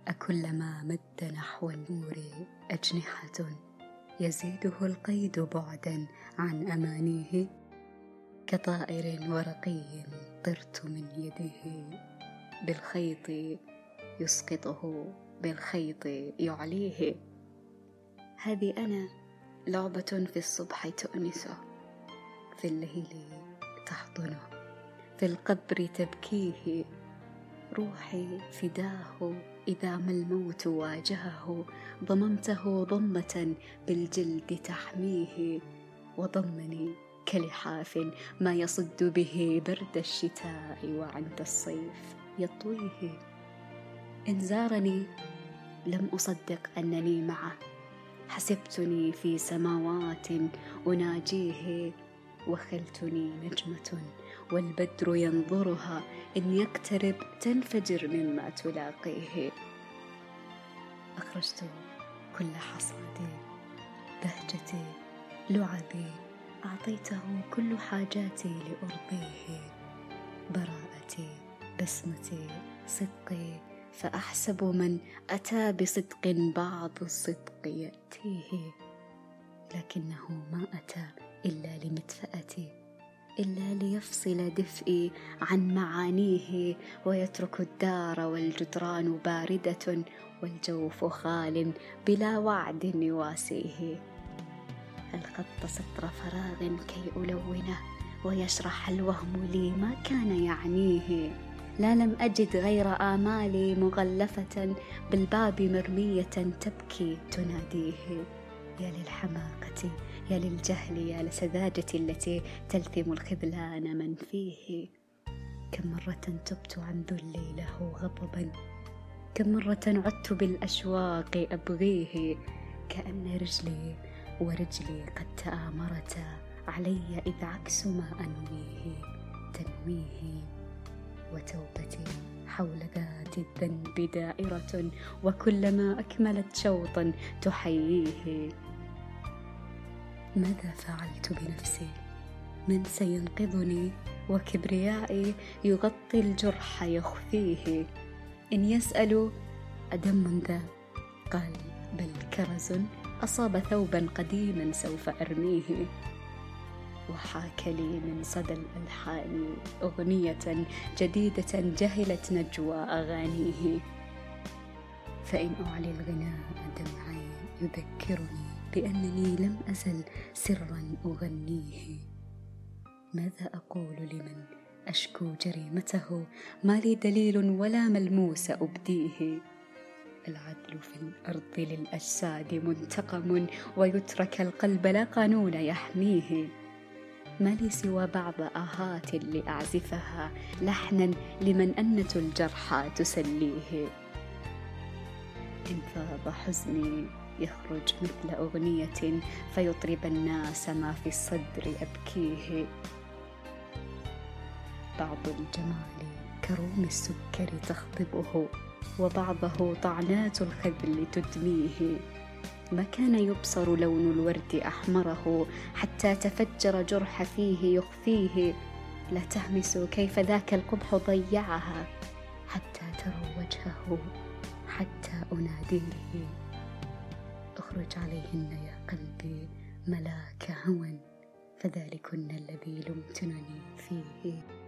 أكلما مد نحو النور أجنحة يزيده القيد بعدا عن أمانيه، كطائر ورقي طرت من يده، بالخيط يسقطه بالخيط يعليه. هذه أنا، لعبة في الصبح تؤنسه، في الليل تحضنه، في القبر تبكيه. روحي فداه إذا ما الموت واجهه، ضممته ضمة بالجلد تحميه، وضمني كلحاف ما يصد به برد الشتاء وعند الصيف يطويه. إن زارني لم أصدق أنني معه، حسبتني في سماوات أناجيه، وخلتني نجمة والبدر ينظرها، إن يقترب تنفجر مما تلاقيه. أخرجت كل حصادي، بهجتي، لعبي، أعطيته كل حاجاتي لأرضيه، براءتي، بسمتي، صدقي، فأحسب من أتى بصدق بعض الصدق يأتيه، لكنه ما أتى إلا لمدفأتي، إلا ليفصل دفئي عن معانيه، ويترك الدار والجدران باردة والجوف خال بلا وعد يواسيه. هل خط سطر فراغ كي ألونه ويشرح الوهم لي ما كان يعنيه؟ لا، لم أجد غير آمالي مغلفة بالباب مرمية تبكي تناديه. يا للحماقة، يا للجهل، يا لسذاجة التي تلثم الخذلان من فيه. كم مرة تبت عن ذلي له غضبا، كم مرة عدت بالأشواق أبغيه، كأن رجلي ورجلي قد تآمرتا علي، إذ عكس ما أنويه تنويه. وتوبتي حول ذات الذنب دائرة، وكلما أكملت شوطا تحييه. ماذا فعلت بنفسي؟ من سينقذني؟ وكبريائي يغطي الجرح يخفيه. إن يسأل أدم ذا؟ قال بل كرز أصاب ثوبا قديما سوف أرميه. وحاك لي من صدى الألحان أغنية جديدة جهلت نجوى أغانيه. فإن أعلي الغناء دمعي يذكرني بأنني لم أزل سرا أغنيه. ماذا أقول لمن أشكو جريمته؟ ما لي دليل ولا ملموس أبديه. العدل في الأرض للأجساد منتقم، ويترك القلب لا قانون يحميه. ما لي سوى بعض آهات لأعزفها لحنا لمن أنة الجرحى تسليه. إن فاض حزني يخرج مثل أغنية فيطرب الناس ما في الصدر أبكيه. بعض الجمال كروم السكر تخضبه، وبعضه طعنات الخذل تدميه. ما كان يبصر لون الورد أحمره، حتى تفجر جرح فيه يخفيه. لا تهمسوا كيف ذاك القبح ضيعها، حتى تروا وجهه، حتى أناديه. اخرج عليهن يا قلبي ملاك هوى، فذلكن الذي لمتنني فيه.